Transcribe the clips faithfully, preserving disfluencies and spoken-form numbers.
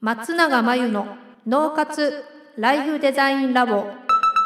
松永真由の脳活ライフデザインラボ。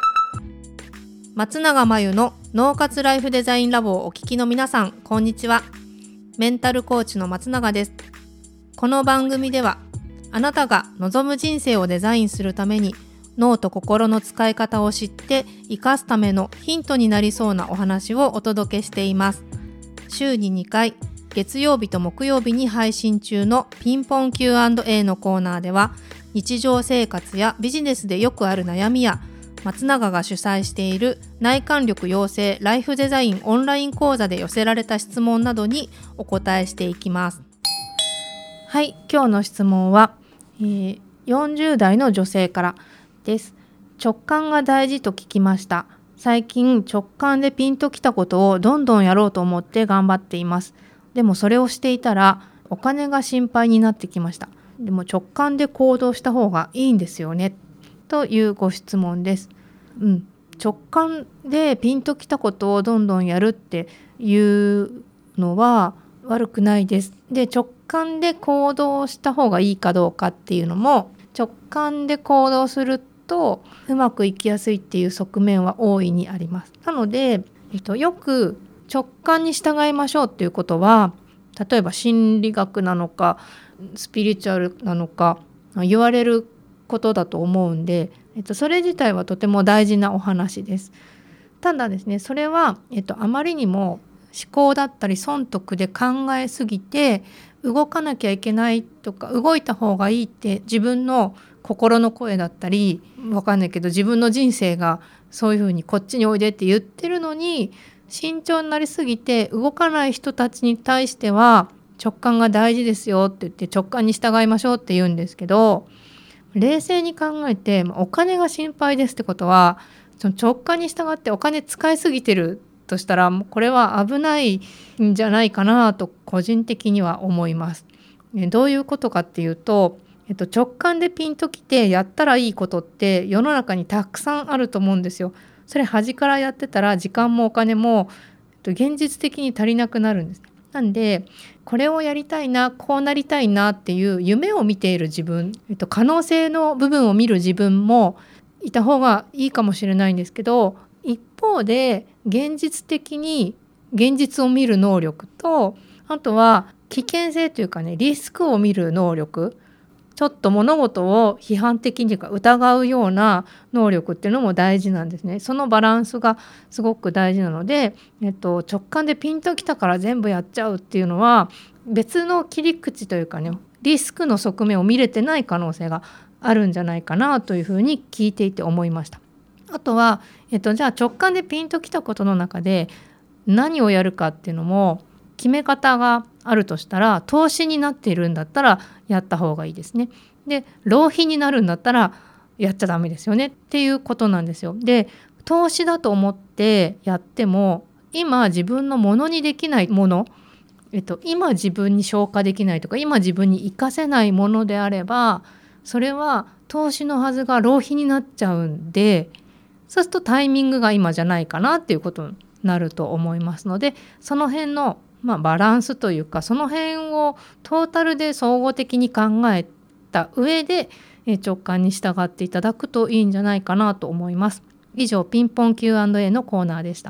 松永真由の脳活ライフデザインラボをお聞きの皆さん、こんにちは。メンタルコーチの松永です。この番組では、あなたが望む人生をデザインするために脳と心の使い方を知って生かすためのヒントになりそうなお話をお届けしています。週ににかい、月曜日と木曜日に配信中のピンポン キューアンドエー のコーナーでは、日常生活やビジネスでよくある悩みや、松永が主催している内観力養成ライフデザインオンライン講座で寄せられた質問などにお答えしていきます。はい、今日の質問は、えー、よんじゅう代の女性からです。直感が大事と聞きました。最近直感でピンときたことをどんどんやろうと思って頑張っています。でもそれをしていたらお金が心配になってきました。でも直感で行動した方がいいんですよね、というご質問です。うん、直感でピンときたことをどんどんやるっていうのは悪くないです。で、直感で行動した方がいいかどうかっていうのも、直感で行動するとうまくいきやすいっていう側面は大いにあります。なので、えっと、よく直感に従いましょうっていうことは、例えば心理学なのかスピリチュアルなのか言われることだと思うんで、えっと、それ自体はとても大事なお話です。ただですね、それは、えっと、あまりにも思考だったり損得で考えすぎて動かなきゃいけないとか、動いた方がいいって自分の心の声だったり、分かんないけど自分の人生がそういうふうにこっちにおいでって言ってるのに、慎重になりすぎて動かない人たちに対しては直感が大事ですよって言って直感に従いましょうって言うんですけど、冷静に考えてお金が心配ですってことは、その直感に従ってお金使いすぎてるとしたら、これは危ないんじゃないかなと個人的には思います。どういうことかっていうと、えっと、直感でピンときてやったらいいことって世の中にたくさんあると思うんですよ。それ端からやってたら時間もお金も、えっと、現実的に足りなくなるんです。なんでこれをやりたいな、こうなりたいなっていう夢を見ている自分、えっと、可能性の部分を見る自分もいた方がいいかもしれないんですけど、一方で現実的に現実を見る能力と、あとは危険性というかね、リスクを見る能力、ちょっと物事を批判的にか疑うような能力っていうのも大事なんですね。そのバランスがすごく大事なので、えっと、直感でピンときたから全部やっちゃうっていうのは別の切り口というかね、リスクの側面を見れてない可能性があるんじゃないかなというふうに聞いていて思いました。あとは、えっと、じゃあ直感でピンときたことの中で何をやるかっていうのも決め方があるとしたら、投資になっているんだったらやった方がいいですね。で、浪費になるんだったらやっちゃダメですよねっていうことなんですよ。で、投資だと思ってやっても、今自分のものにできないもの、えっと、今自分に消化できないとか、今自分に活かせないものであれば、それは投資のはずが浪費になっちゃうんで、そうするとタイミングが今じゃないかなっていうことになると思いますので、その辺のまあ、バランスというか、その辺をトータルで総合的に考えた上で直感に従っていただくといいんじゃないかなと思います。以上、ピンポン キューアンドエー のコーナーでした。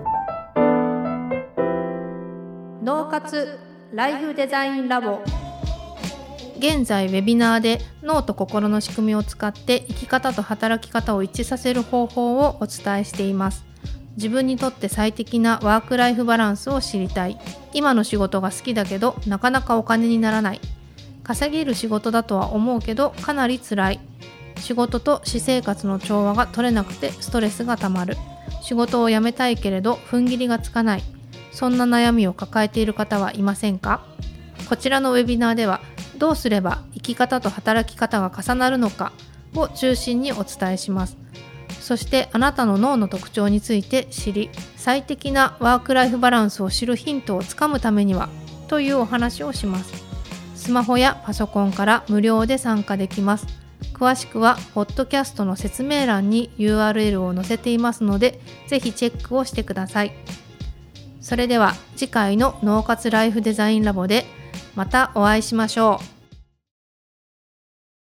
脳活ライフデザインラボ。現在ウェビナーで脳と心の仕組みを使って生き方と働き方を一致させる方法をお伝えしています。自分にとって最適なワークライフバランスを知りたい。今の仕事が好きだけどなかなかお金にならない。稼げる仕事だとは思うけどかなり辛い。仕事と私生活の調和が取れなくてストレスがたまる。仕事を辞めたいけれど踏ん切りがつかない。そんな悩みを抱えている方はいませんか？こちらのウェビナーでは、どうすれば生き方と働き方が重なるのかを中心にお伝えします。そしてあなたの脳の特徴について知り、最適なワークライフバランスを知るヒントをつかむためにはというお話をします。スマホやパソコンから無料で参加できます。詳しくはポッドキャストの説明欄に ユーアールエル を載せていますので、ぜひチェックをしてください。それでは次回の脳活ライフデザインラボでまたお会いしましょう。